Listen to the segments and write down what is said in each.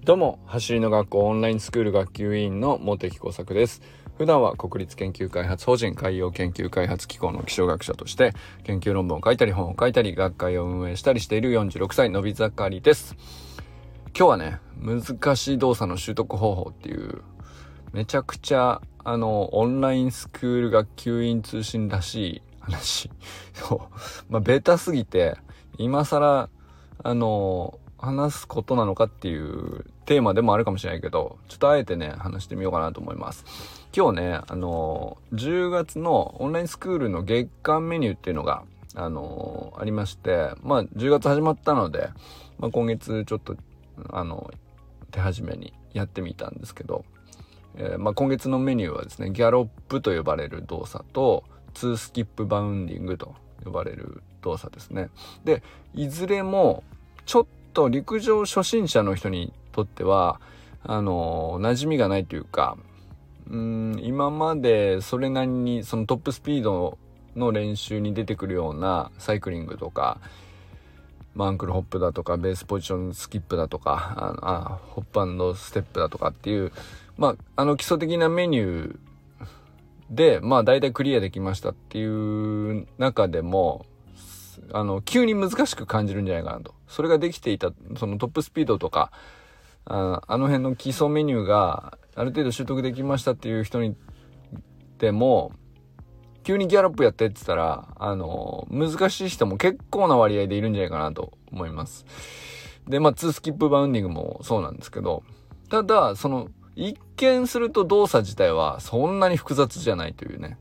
どうも、走りの学校オンラインスクール学級委員の茂木耕作です。普段は国立研究開発法人海洋研究開発機構の気象学者として研究論文を書いたり本を書いたり学会を運営したりしている46歳のび盛りです。今日はね、難しい動作の習得方法っていうめちゃくちゃオンラインスクール学級委員通信らしい話ベタすぎて今更話すことなのかっていうテーマでもあるかもしれないけど、ちょっとあえてね話してみようかなと思います。今日ね10月のオンラインスクールの月間メニューっていうのがありまして、10月始まったので、今月ちょっと手始めにやってみたんですけど、今月のメニューはですね、ギャロップと呼ばれる動作と2スキップバウンディングと呼ばれる動作ですね。で、いずれもちょっと陸上初心者の人にとっては馴染みがないというか、今までそれなりにそのトップスピードの練習に出てくるようなサイクリングとかアンクルホップだとかベースポジションスキップだとかホップ&ステップだとかっていう基礎的なメニューで大体クリアできましたっていう中でも急に難しく感じるんじゃないかなと。それができていたそのトップスピードとかの辺の基礎メニューがある程度習得できましたっていう人にでも急にギャロップやってって言ったら難しい人も結構な割合でいるんじゃないかなと思います。で2スキップバウンディングもそうなんですけど、ただその一見すると動作自体はそんなに複雑じゃないというね、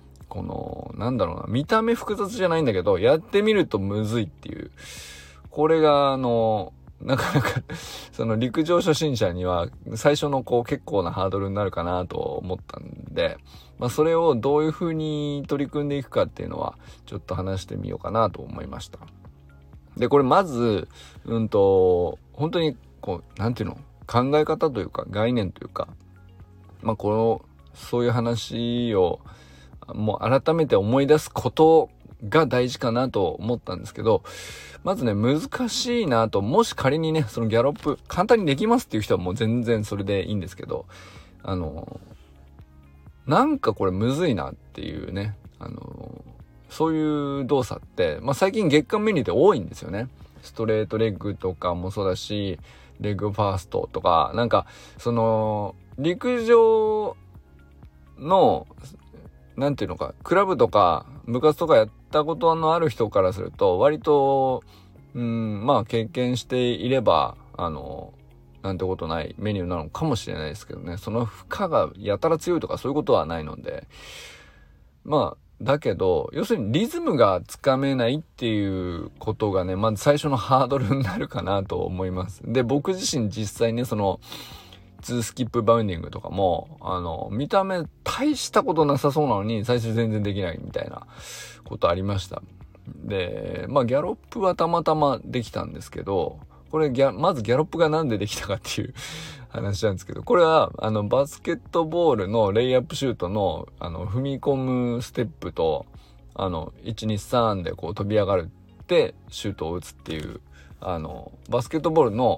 見た目複雑じゃないんだけどやってみるとむずいっていう、これがなかなかその陸上初心者には最初の結構なハードルになるかなと思ったんで、それをどういう風に取り組んでいくかっていうのはちょっと話してみようかなと思いました。で、これまず本当になんていうの、考え方というか概念というかそういう話をもう改めて思い出すことが大事かなと思ったんですけど、まずね、難しいなと、もし仮にねそのギャロップ簡単にできますっていう人はもう全然それでいいんですけど、なんかこれむずいなっていうね、そういう動作って、最近月間メニューで多いんですよね。ストレートレッグとかもそうだし、レッグファーストとか、その陸上のなんていうのか、クラブとか部活とかやったことのある人からすると割と経験していればなんてことないメニューなのかもしれないですけどね、その負荷がやたら強いとかそういうことはないので、だけど要するにリズムがつかめないっていうことがね、まず最初のハードルになるかなと思います。で、僕自身実際ねその2スキップバウンディングとかも見た目大したことなさそうなのに最初全然できないみたいなことありました。で、ギャロップはたまたまできたんですけど、これまずギャロップがなんでできたかっていう話なんですけど、これはバスケットボールのレイアップシュートの踏み込むステップと1,2,3 で飛び上がるってシュートを打つっていうバスケットボールの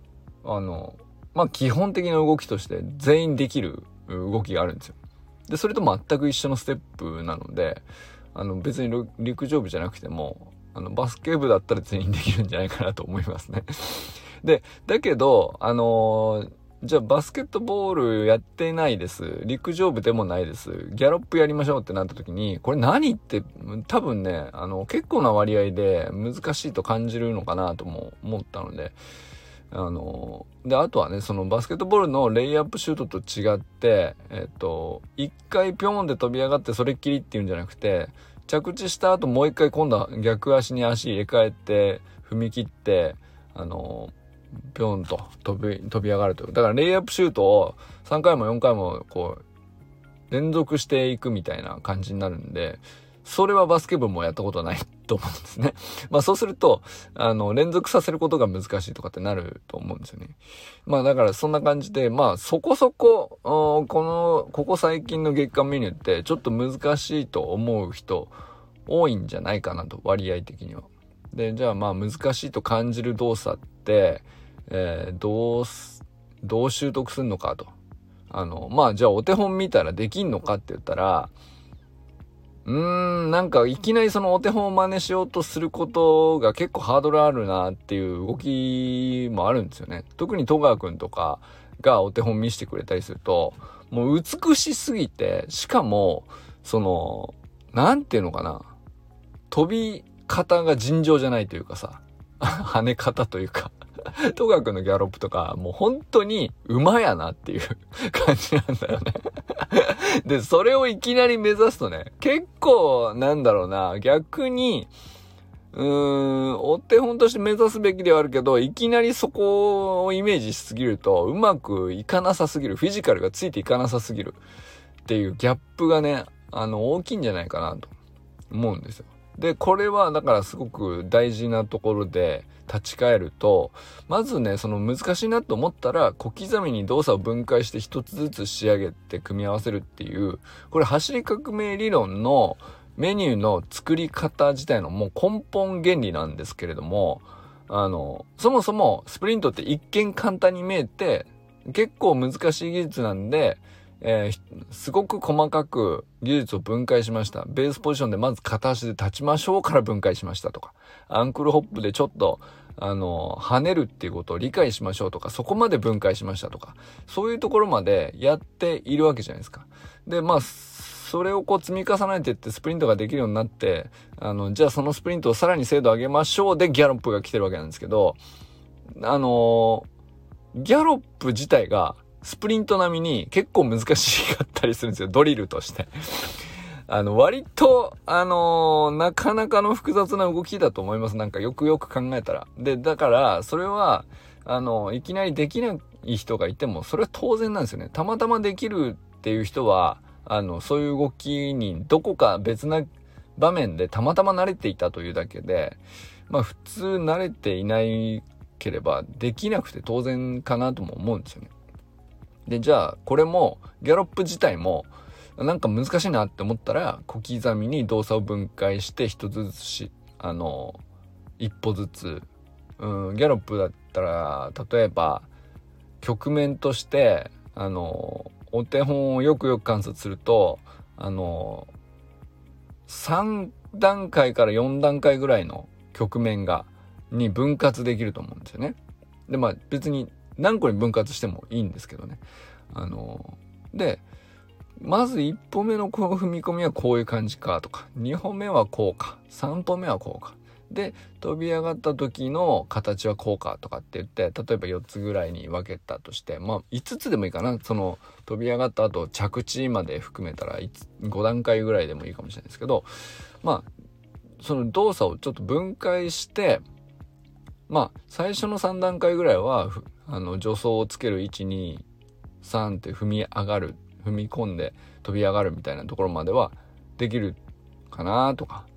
基本的な動きとして全員できる動きがあるんですよ。で、それと全く一緒のステップなので別に陸上部じゃなくてもバスケ部だったら全員できるんじゃないかなと思いますね。で、だけどじゃあバスケットボールやってないです、陸上部でもないです、ギャロップやりましょうってなった時にこれ何って多分ね結構な割合で難しいと感じるのかなとも思ったので、であとはねそのバスケットボールのレイアップシュートと違って一回ピョーンで飛び上がってそれっきりっていうんじゃなくて、着地した後もう一回今度は逆足に足入れ替えて踏み切ってピョーンと飛び上がるという。だからレイアップシュートを3回も4回も連続していくみたいな感じになるんで、それはバスケ部もやったことないと思うんですね。そうすると連続させることが難しいとかってなると思うんですよね。だからそんな感じでそこそこここ最近の月間メニューってちょっと難しいと思う人多いんじゃないかなと、割合的には。で、じゃあ難しいと感じる動作ってどうどう習得するのかと。じゃあお手本見たらできんのかって言ったら、なんかいきなりそのお手本を真似しようとすることが結構ハードルあるなっていう動きもあるんですよね。特に戸川くんとかがお手本見せてくれたりすると、もう美しすぎて、しかも、なんていうのかな、飛び方が尋常じゃないというかさ、跳ね方というか、戸川くんのギャロップとか、もう本当に馬やなっていう感じなんだよね。で、それをいきなり目指すとね、結構、逆に、お手本として目指すべきではあるけど、いきなりそこをイメージしすぎると、うまくいかなさすぎる、フィジカルがついていかなさすぎるっていうギャップがね、大きいんじゃないかなと思うんですよ。で、これはだからすごく大事なところで立ち返ると、まずね、その難しいなと思ったら、小刻みに動作を分解して一つずつ仕上げて組み合わせるっていう、これ走り革命理論のメニューの作り方自体のもう根本原理なんですけれども、そもそもスプリントって一見簡単に見えて、結構難しい技術なんで、すごく細かく技術を分解しました。ベースポジションでまず片足で立ちましょうから分解しましたとか、アンクルホップでちょっと跳ねるっていうことを理解しましょうとか、そこまで分解しましたとか、そういうところまでやっているわけじゃないですか。で、それをこう積み重ねていってスプリントができるようになって、じゃあそのスプリントをさらに精度上げましょうでギャロップが来てるわけなんですけど、ギャロップ自体がスプリント並みに結構難しかったりするんですよ、ドリルとして。割と、なかなかの複雑な動きだと思います。なんかよくよく考えたら。で、だから、それは、いきなりできない人がいても、それは当然なんですよね。たまたまできるっていう人は、そういう動きにどこか別な場面でたまたま慣れていたというだけで、普通慣れていないければできなくて当然かなとも思うんですよね。で、じゃあこれもギャロップ自体もなんか難しいなって思ったら、小刻みに動作を分解して一つずつ一歩ずつ、ギャロップだったら例えば局面としてお手本をよくよく観察すると3段階から4段階ぐらいの局面に分割できると思うんですよね。で、別に何個に分割してもいいんですけどね。で、まず1歩目のこの踏み込みはこういう感じかとか、2歩目はこうか、3歩目はこうか。で、飛び上がった時の形はこうかとかって言って、例えば4つぐらいに分けたとして、5つでもいいかな。その飛び上がった後着地まで含めたら5段階ぐらいでもいいかもしれないですけど、その動作をちょっと分解して、最初の3段階ぐらいは助走をつける1、2、3って踏み込んで飛び上がるみたいなところまではできるかなとか、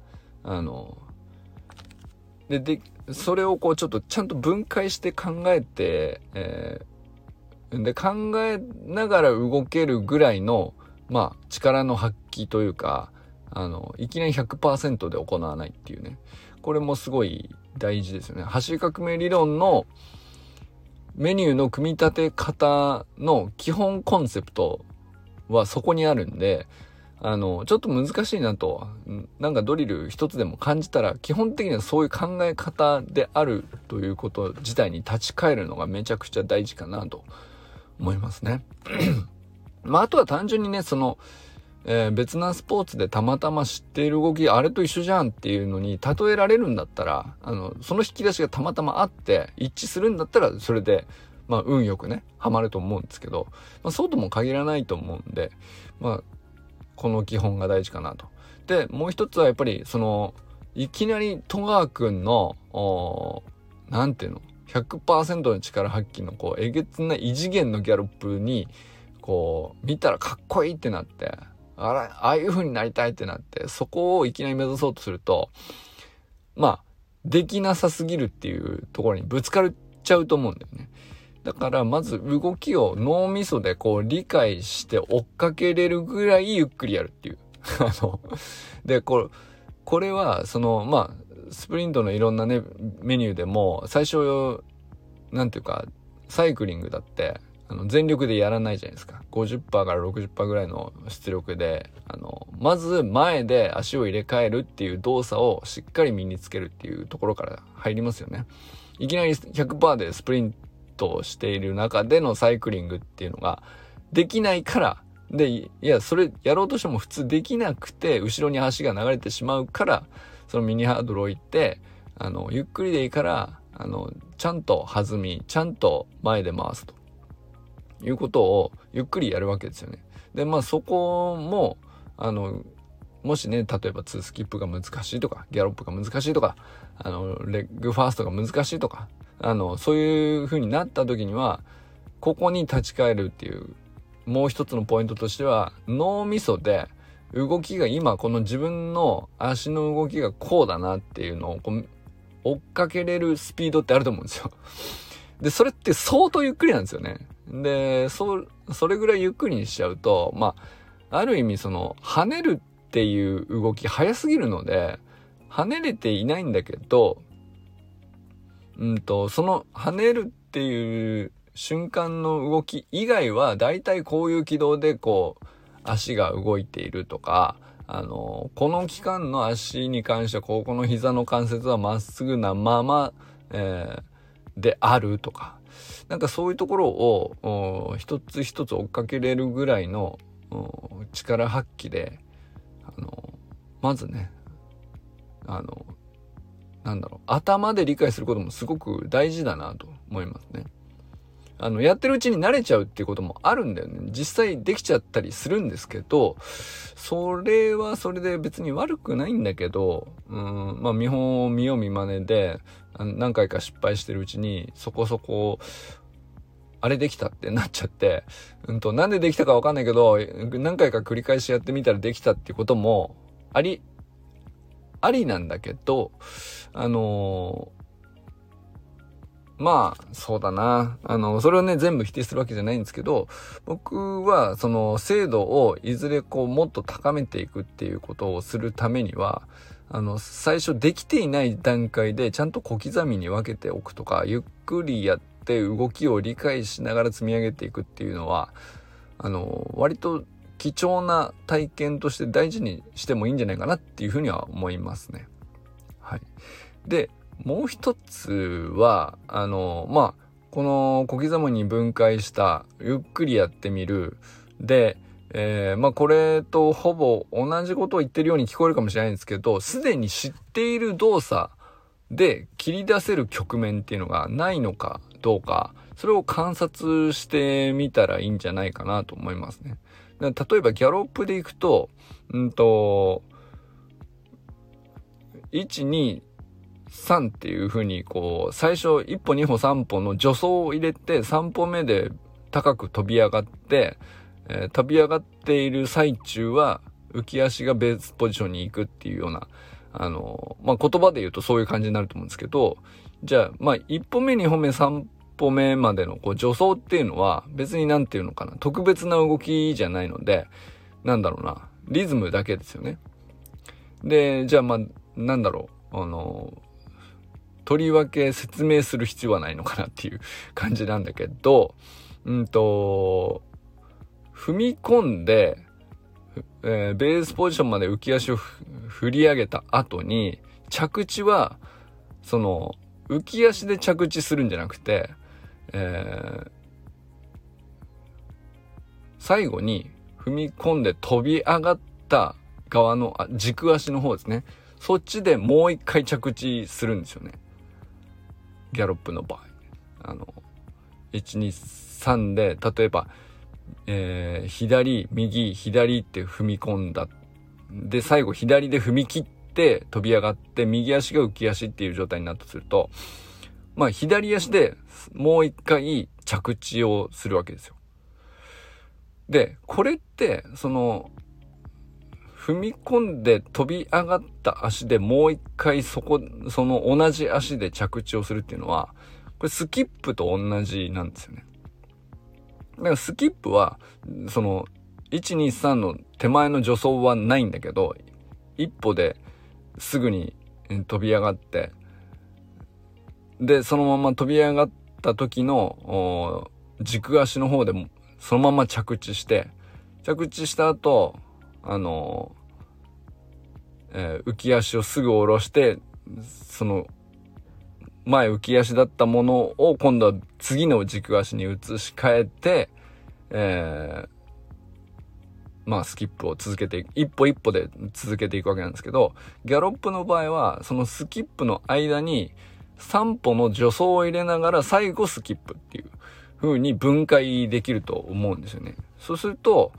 でそれをこうちょっとちゃんと分解して考えて、で考えながら動けるぐらいの力の発揮というか、いきなり 100% で行わないっていうね、これもすごい大事ですよね。走り革命理論のメニューの組み立て方の基本コンセプトはそこにあるんで、ちょっと難しいなと、なんかドリル一つでも感じたら、基本的にはそういう考え方であるということ自体に立ち返るのがめちゃくちゃ大事かなと思いますね。あとは単純にね、別なスポーツでたまたま知っている動き、あれと一緒じゃんっていうのに例えられるんだったら、その引き出しがたまたまあって一致するんだったら、それで運よくねハマると思うんですけど、そうとも限らないと思うんで、この基本が大事かなと。で、もう一つはやっぱりいきなり戸川くんのなんていうの 100% の力発揮のえげつない異次元のギャロップに見たらかっこいいってなって、ああいう風になりたいってなって、そこをいきなり目指そうとすると、できなさすぎるっていうところにぶつかっちゃうと思うんだよね。だからまず動きを脳みそで理解して追っかけれるぐらいゆっくりやるっていう。で、これはスプリントのいろんなね、メニューでも最初、なんていうか、サイクリングだって、 全力でやらないじゃないですか。50% から 60% ぐらいの出力で、まず前で足を入れ替えるっていう動作をしっかり身につけるっていうところから入りますよね。いきなり 100% でスプリントをしている中でのサイクリングっていうのができないから、で、いや、それやろうとしても普通できなくて、後ろに足が流れてしまうから、そのミニハードルを行って、ゆっくりでいいから、ちゃんと弾み、ちゃんと前で回すということをゆっくりやるわけですよね。で、そこも、もしね、例えば2スキップが難しいとか、ギャロップが難しいとか、レッグファーストが難しいとか、そういう風になった時には、ここに立ち返るっていう、もう一つのポイントとしては、脳みそで動きが今この自分の足の動きがこうだなっていうのを追っかけれるスピードってあると思うんですよ。で、それって相当ゆっくりなんですよね。で、それぐらいゆっくりにしちゃうと、ある意味跳ねるっていう動き早すぎるので、跳ねれていないんだけど、その跳ねるっていう瞬間の動き以外はだいたいこういう軌道で足が動いているとか、この期間の足に関してはここの膝の関節はまっすぐなまま、であるとか、なんかそういうところを一つ一つ追っかけれるぐらいの力発揮で、まずね、頭で理解することもすごく大事だなと思いますね。やってるうちに慣れちゃうっていうこともあるんだよね。実際できちゃったりするんですけど、それはそれで別に悪くないんだけど、見本を見よう見まねで、何回か失敗してるうちに、そこそこ、あれできたってなっちゃって、なんでできたかわかんないけど、何回か繰り返しやってみたらできたっていうことも、ありなんだけど、そうだな。それをね、全部否定するわけじゃないんですけど、僕は、精度をいずれもっと高めていくっていうことをするためには、最初できていない段階でちゃんと小刻みに分けておくとか、ゆっくりやって動きを理解しながら積み上げていくっていうのは、割と貴重な体験として大事にしてもいいんじゃないかなっていうふうには思いますね。はい。で、もう一つは、この小刻みに分解したゆっくりやってみるで、これとほぼ同じことを言ってるように聞こえるかもしれないんですけど、すでに知っている動作で切り出せる局面っていうのがないのかどうか、それを観察してみたらいいんじゃないかなと思いますね。例えばギャロップでいくと、1、2、3っていう風に最初1歩2歩3歩の助走を入れて3歩目で高く飛び上がって、飛び上がっている最中は浮き足がベースポジションに行くっていうような言葉で言うとそういう感じになると思うんですけど、じゃあ1歩目2歩目3歩目までの助走っていうのは別になんていうのかな、特別な動きじゃないので、リズムだけですよね。で、じゃあとりわけ説明する必要はないのかなっていう感じなんだけど、踏み込んで、ベースポジションまで浮き足を振り上げた後に、着地は浮き足で着地するんじゃなくて、最後に踏み込んで飛び上がった側の軸足の方ですね、そっちでもう一回着地するんですよね、ギャロップの場合。1、2、3で例えば、左右左って踏み込んだで、最後左で踏み切って飛び上がって右足が浮き足っていう状態になったとすると、左足でもう一回着地をするわけですよ。で、これって踏み込んで飛び上がった足でもう一回同じ足で着地をするっていうのは、これスキップと同じなんですよね。だからスキップは1、2、3の手前の助走はないんだけど、一歩ですぐに飛び上がって、でそのまま飛び上がった時の軸足の方でもそのまま着地した後、浮き足をすぐ下ろして、その前浮き足だったものを今度は次の軸足に移し替えて、スキップを続けて一歩一歩で続けていくわけなんですけど、ギャロップの場合はそのスキップの間に3歩の助走を入れながら最後スキップっていう風に分解できると思うんですよね。そうすると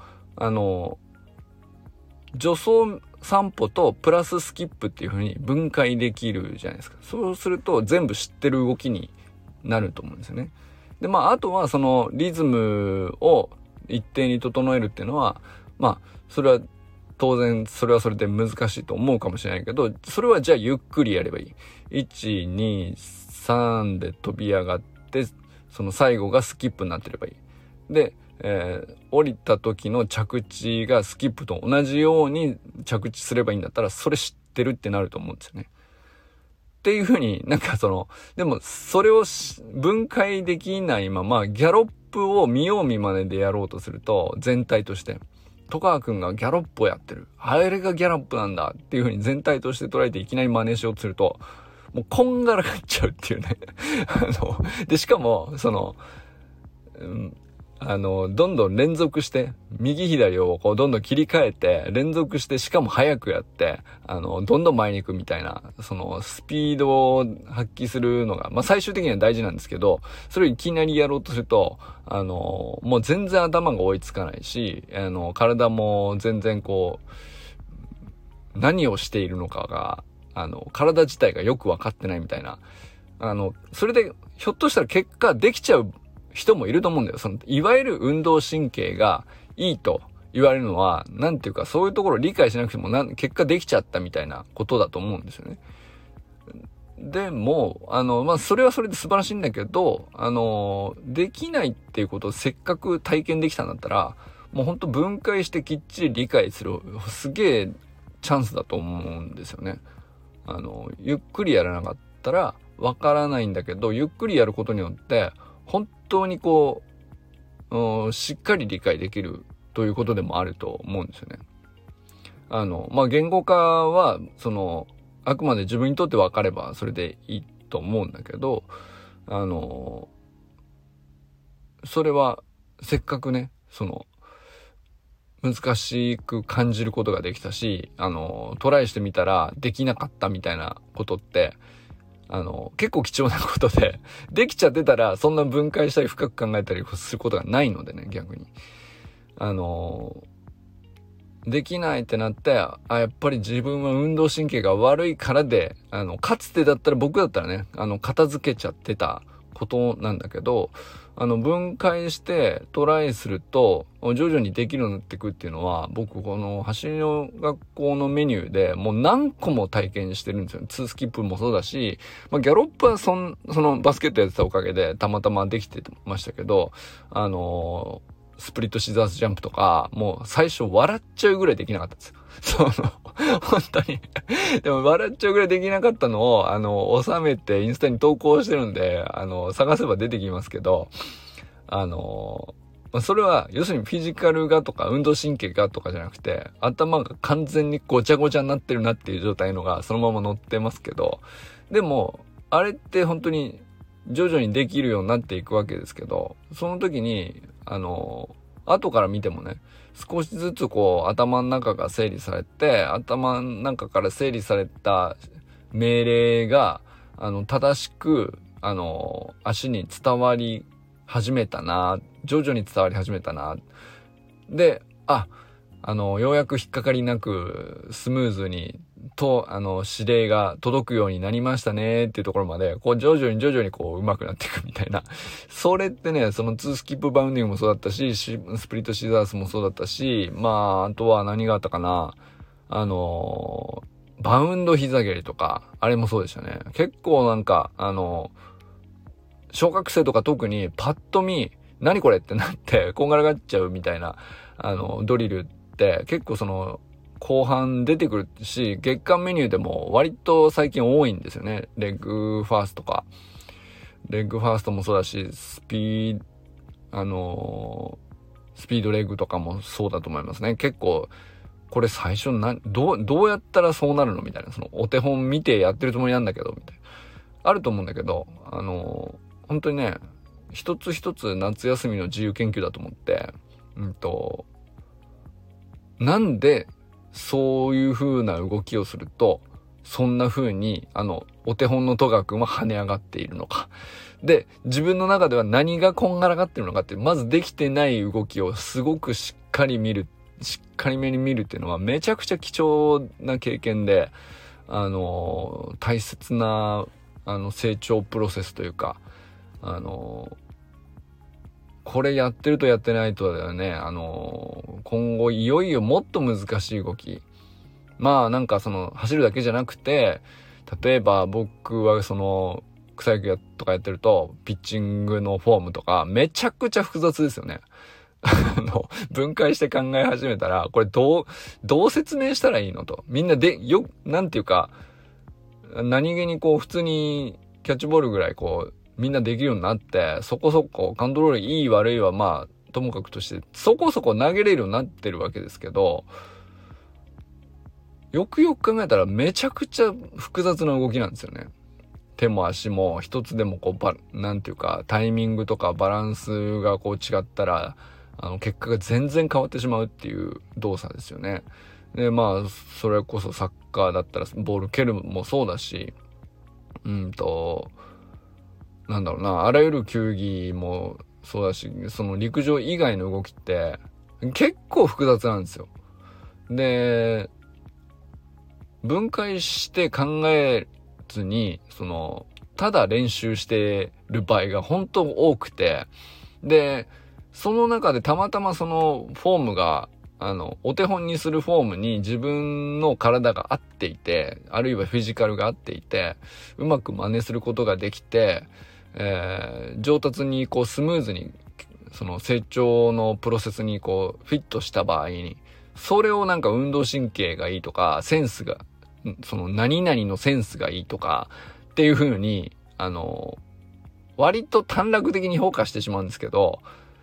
助走3歩とプラススキップっていう風に分解できるじゃないですか。そうすると全部知ってる動きになると思うんですよね。であとはそのリズムを一定に整えるっていうのはそれは当然それはそれで難しいと思うかもしれないけど、それはじゃあゆっくりやればいい。1、2、3で飛び上がって、その最後がスキップになってればいい。で、降りた時の着地がスキップと同じように着地すればいいんだったら、それ知ってるってなると思うんですよね。っていう風にでもそれを分解できないままギャロップを見よう見まねでやろうとすると、全体として戸川くんがギャロップをやってる、あれがギャロップなんだっていう風に全体として捉えていきなり真似しようとすると、もうこんがらがっちゃうっていうねでしかもどんどん連続して右左をこうどんどん切り替えて連続して、しかも早くやってどんどん前に行くみたいな、そのスピードを発揮するのが最終的には大事なんですけど、それをいきなりやろうとするともう全然頭が追いつかないし、体も全然こう何をしているのかが体自体がよく分かってないみたいな、それでひょっとしたら結果できちゃう人もいると思うんだよ。いわゆる運動神経がいいと言われるのは、なんていうか、そういうところを理解しなくても結果できちゃったみたいなことだと思うんですよね。でもそれはそれで素晴らしいんだけど、できないっていうことをせっかく体験できたんだったら、もうほんと分解してきっちり理解するすげえチャンスだと思うんですよね。ゆっくりやらなかったらわからないんだけど、ゆっくりやることによって本当にしっかり理解できるということでもあると思うんですよね。言語化はあくまで自分にとって分かればそれでいいと思うんだけど、それはせっかくね難しく感じることができたし、トライしてみたらできなかったみたいなことって結構貴重なことで、できちゃってたらそんな分解したり深く考えたりすることがないのでね、逆にできないってなって、やっぱり自分は運動神経が悪いからで、かつてだったら僕だったらね片付けちゃってたことなんだけど、分解してトライすると徐々にできるようになっていくっていうのは、僕この走りの学校のメニューでもう何個も体験してるんですよ。2スキップもそうだし、ギャロップはそのバスケットやってたおかげでたまたまできてましたけど、スプリットシザースジャンプとかもう最初笑っちゃうぐらいできなかったんですよ。本当にでも笑っちゃうぐらいできなかったのを収めてインスタに投稿してるんで探せば出てきますけど、それは要するにフィジカルがとか運動神経がとかじゃなくて、頭が完全にごちゃごちゃになってるなっていう状態のがそのまま載ってますけど、でもあれって本当に徐々にできるようになっていくわけですけど、その時に後から見てもね、少しずつ頭の中が整理されて、頭の中から整理された命令が正しく足に伝わり始めたな、徐々に伝わり始めたな。で、ようやく引っかかりなくスムーズに指令が届くようになりましたねっていうところまで徐々に上手くなっていくみたいな。それってね、その2スキップバウンディングもそうだったし、スプリットシザースもそうだったし、あとは何があったかな、バウンド膝蹴りとかあれもそうでしたね。結構小学生とか特にパッと見何これってなってこんがらがっちゃうみたいなドリルって結構後半出てくるし、月間メニューでも割と最近多いんですよね。レッグファーストとかレッグファーストもそうだし、スピースピードレッグとかもそうだと思いますね。結構これ最初どうやったらそうなるのみたいな、そのお手本見てやってるつもりなんだけどみたいなあると思うんだけど、本当にね、一つ一つ夏休みの自由研究だと思って、なんでそういう風な動きをするとそんな風にお手本の戸川くんは跳ね上がっているのか、で自分の中では何がこんがらがってるのかって、まずできてない動きをすごくしっかりめに見るっていうのはめちゃくちゃ貴重な経験で、大切な成長プロセスというか、これやってるとやってないとだよね、今後いよいよもっと難しい動き、まあなんかその走るだけじゃなくて、例えば僕はその草野球とかやってるとピッチングのフォームとかめちゃくちゃ複雑ですよね。分解して考え始めたら、これどう説明したらいいのと、みんななんていうか、何気にこう普通にキャッチボールぐらいこうみんなできるようになって、そこそこコントロールいい悪いはまあともかくとしてそこそこ投げれるようになってるわけですけど、よくよく考えたらめちゃくちゃ複雑な動きなんですよね。手も足も一つでもこうなんていうかタイミングとかバランスがこう違ったら結果が全然変わってしまうっていう動作ですよね。でまあそれこそサッカーだったらボール蹴るもそうだし、なんだろうな、あらゆる球技もそうだし、その陸上以外の動きって結構複雑なんですよ。で分解して考えずにただ練習してる場合が本当多くて、でその中でたまたまそのフォームがお手本にするフォームに自分の体が合っていて、あるいはフィジカルが合っていて、うまく真似することができて、上達にこうスムーズにその成長のプロセスにこうフィットした場合に、それをなんか運動神経がいいとか、センスがその何々のセンスがいいとかっていう風に割と短絡的に評価してしまうんですけど、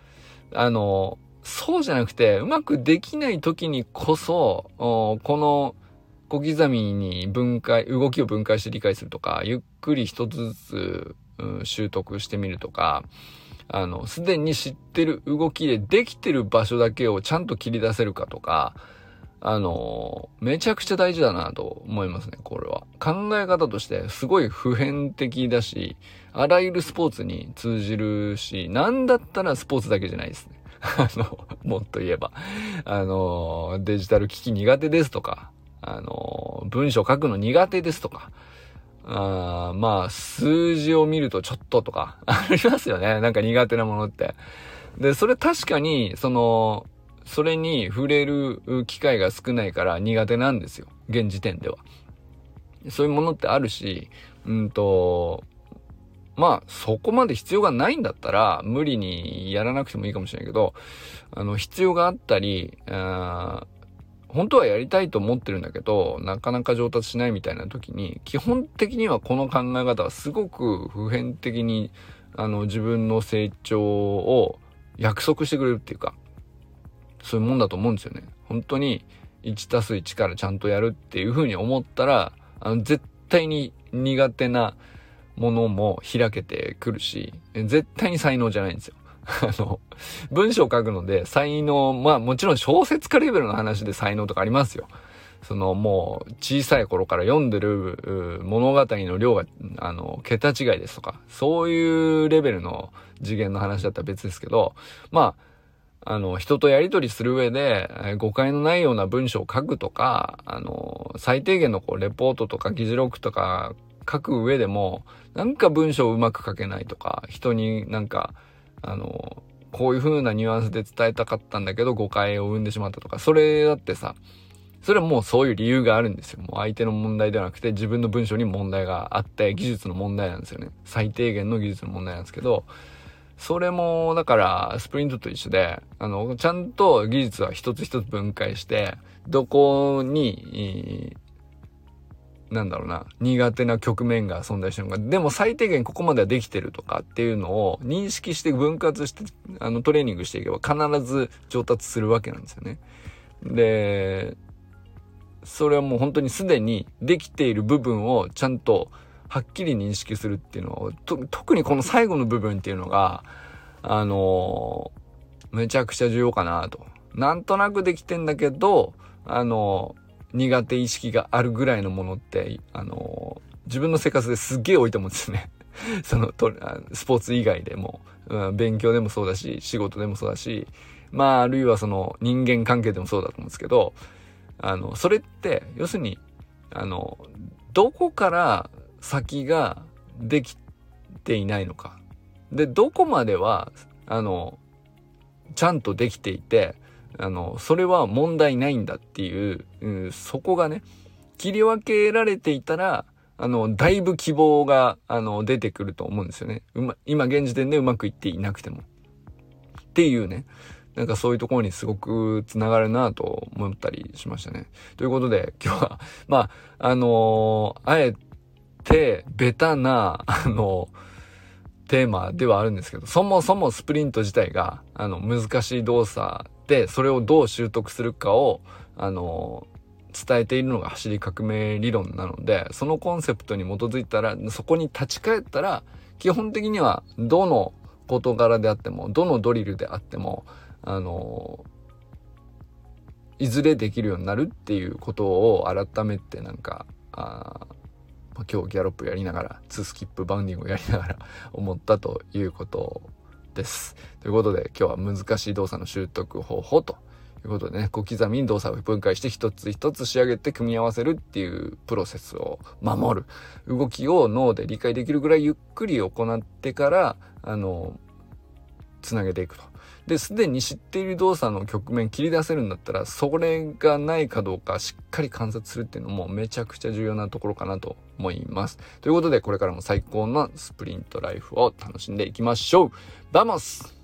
そうじゃなくて、うまくできない時にこそこの小刻みに動きを分解して理解するとか、ゆっくり一つずつ習得してみるとか、すでに知ってる動きでできてる場所だけをちゃんと切り出せるかとか、めちゃくちゃ大事だなと思いますね。これは考え方としてすごい普遍的だし、あらゆるスポーツに通じるし、なんだったらスポーツだけじゃないですね。もっと言えばデジタル機器苦手ですとか、文章書くの苦手ですとか、まあ数字を見るとちょっととかありますよね。なんか苦手なものって。でそれ確かにそれに触れる機会が少ないから苦手なんですよ、現時点では。そういうものってあるし、まあそこまで必要がないんだったら無理にやらなくてもいいかもしれないけど、必要があったり、本当はやりたいと思ってるんだけどなかなか上達しないみたいな時に、基本的にはこの考え方はすごく普遍的に自分の成長を約束してくれるっていうか、そういうもんだと思うんですよね。本当に 1+1 からちゃんとやるっていう風に思ったら、絶対に苦手なものも開けてくるし、絶対に才能じゃないんですよ。文章を書くので才能、まあもちろん小説家レベルの話で才能とかありますよ。もう小さい頃から読んでる物語の量が桁違いですとか、そういうレベルの次元の話だったら別ですけど、まあ人とやり取りする上で誤解のないような文章を書くとか、最低限のこうレポートとか議事録とか書く上でもなんか文章をうまく書けないとか、人になんかこういう風なニュアンスで伝えたかったんだけど誤解を生んでしまったとか、それだってさ、それはもうそういう理由があるんですよ。もう相手の問題ではなくて自分の文章に問題があって技術の問題なんですよね。最低限の技術の問題なんですけど、それもだからスプリントと一緒で、ちゃんと技術は一つ一つ分解して、どこに苦手な局面が存在してるのか、でも最低限ここまではできてるとかっていうのを認識して分割してトレーニングしていけば必ず上達するわけなんですよね。でそれはもう本当にすでにできている部分をちゃんとはっきり認識するっていうのは特にこの最後の部分っていうのがめちゃくちゃ重要かなと。なんとなくできてんだけど苦手意識があるぐらいのものって自分の生活ですっげえ多いと思うんですよねスポーツ以外でも、勉強でもそうだし仕事でもそうだし、あるいはその人間関係でもそうだと思うんですけど、それって要するにどこから先ができていないのかで、どこまではちゃんとできていてそれは問題ないんだっていう、そこがね切り分けられていたらだいぶ希望が出てくると思うんですよね。今現時点でうまくいっていなくてもっていうね、なんかそういうところにすごくつながるなと思ったりしましたね。ということで今日はあえてベタなテーマではあるんですけど、そもそもスプリント自体が難しい動作でそれをどう習得するかを伝えているのが走り革命理論なので、そのコンセプトに基づいたらそこに立ち返ったら基本的にはどの事柄であってもどのドリルであってもいずれできるようになるっていうことを改めて今日ギャロップやりながら2スキップバウンディングをやりながら思ったということです。ということで今日は難しい動作の習得方法ということでね、小刻みに動作を分解して一つ一つ仕上げて組み合わせるっていうプロセスを守る動きを脳で理解できるぐらいゆっくり行ってからつなげていくと。で、すでに知っている動作の局面切り出せるんだったらそれがないかどうかしっかり観察するっていうのもめちゃくちゃ重要なところかなと思います。ということでこれからも最高のスプリントライフを楽しんでいきましょう。バモス！